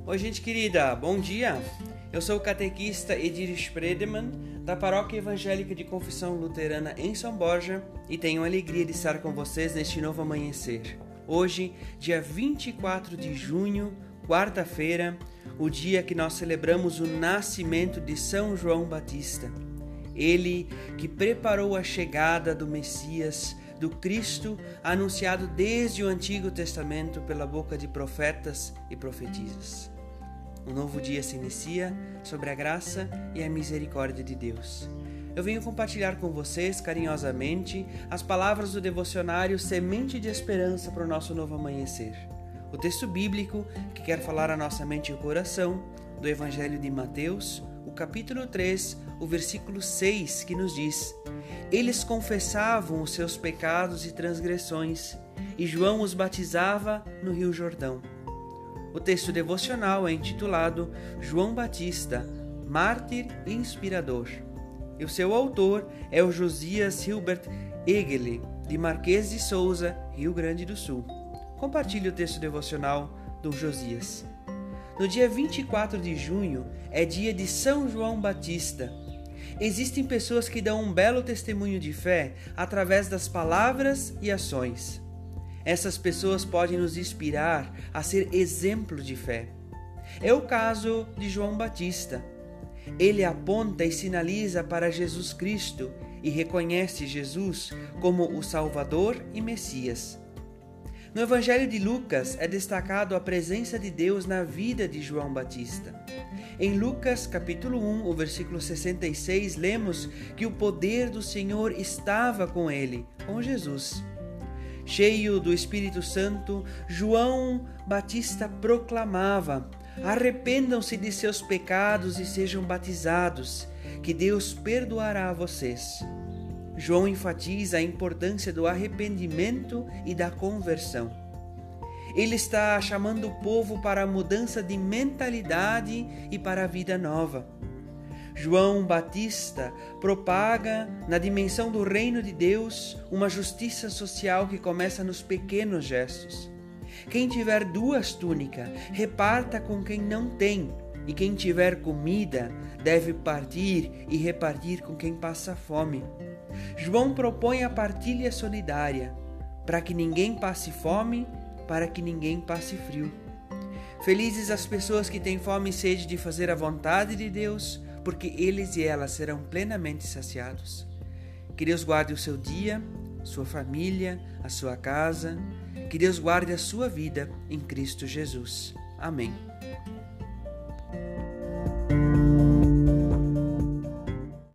Oi, gente querida, bom dia! Eu sou o catequista Edir Spredemann, da Paróquia Evangélica de Confissão Luterana em São Borja, e tenho a alegria de estar com vocês neste novo amanhecer. Hoje, dia 24 de junho, quarta-feira, o dia que nós celebramos o nascimento de São João Batista. Ele que preparou a chegada do Messias, do Cristo, anunciado desde o Antigo Testamento pela boca de profetas e profetisas. Um novo dia se inicia sobre a graça e a misericórdia de Deus. Eu venho compartilhar com vocês carinhosamente as palavras do devocionário Semente de Esperança para o nosso novo amanhecer. O texto bíblico que quer falar a nossa mente e o coração, do Evangelho de Mateus, o capítulo 3, o versículo 6, que nos diz: Eles confessavam os seus pecados e transgressões, e João os batizava no Rio Jordão. O texto devocional é intitulado João Batista, Mártir e Inspirador. E o seu autor é o Josias Hilbert Egeli, de Marquês de Souza, Rio Grande do Sul. Compartilhe o texto devocional do Josias. No dia 24 de junho é dia de São João Batista. Existem pessoas que dão um belo testemunho de fé através das palavras e ações. Essas pessoas podem nos inspirar a ser exemplo de fé. É o caso de João Batista. Ele aponta e sinaliza para Jesus Cristo e reconhece Jesus como o Salvador e Messias. No Evangelho de Lucas é destacado a presença de Deus na vida de João Batista. Em Lucas capítulo 1, o versículo 66, lemos que o poder do Senhor estava com ele, com Jesus. Cheio do Espírito Santo, João Batista proclamava: arrependam-se de seus pecados e sejam batizados, que Deus perdoará a vocês. João enfatiza a importância do arrependimento e da conversão. Ele está chamando o povo para a mudança de mentalidade e para a vida nova. João Batista propaga na dimensão do reino de Deus uma justiça social que começa nos pequenos gestos. Quem tiver 2 túnicas, reparta com quem não tem, e quem tiver comida deve partir e repartir com quem passa fome. João propõe a partilha solidária, para que ninguém passe fome, para que ninguém passe frio. Felizes as pessoas que têm fome e sede de fazer a vontade de Deus, porque eles e elas serão plenamente saciados. Que Deus guarde o seu dia, sua família, a sua casa. Que Deus guarde a sua vida em Cristo Jesus. Amém.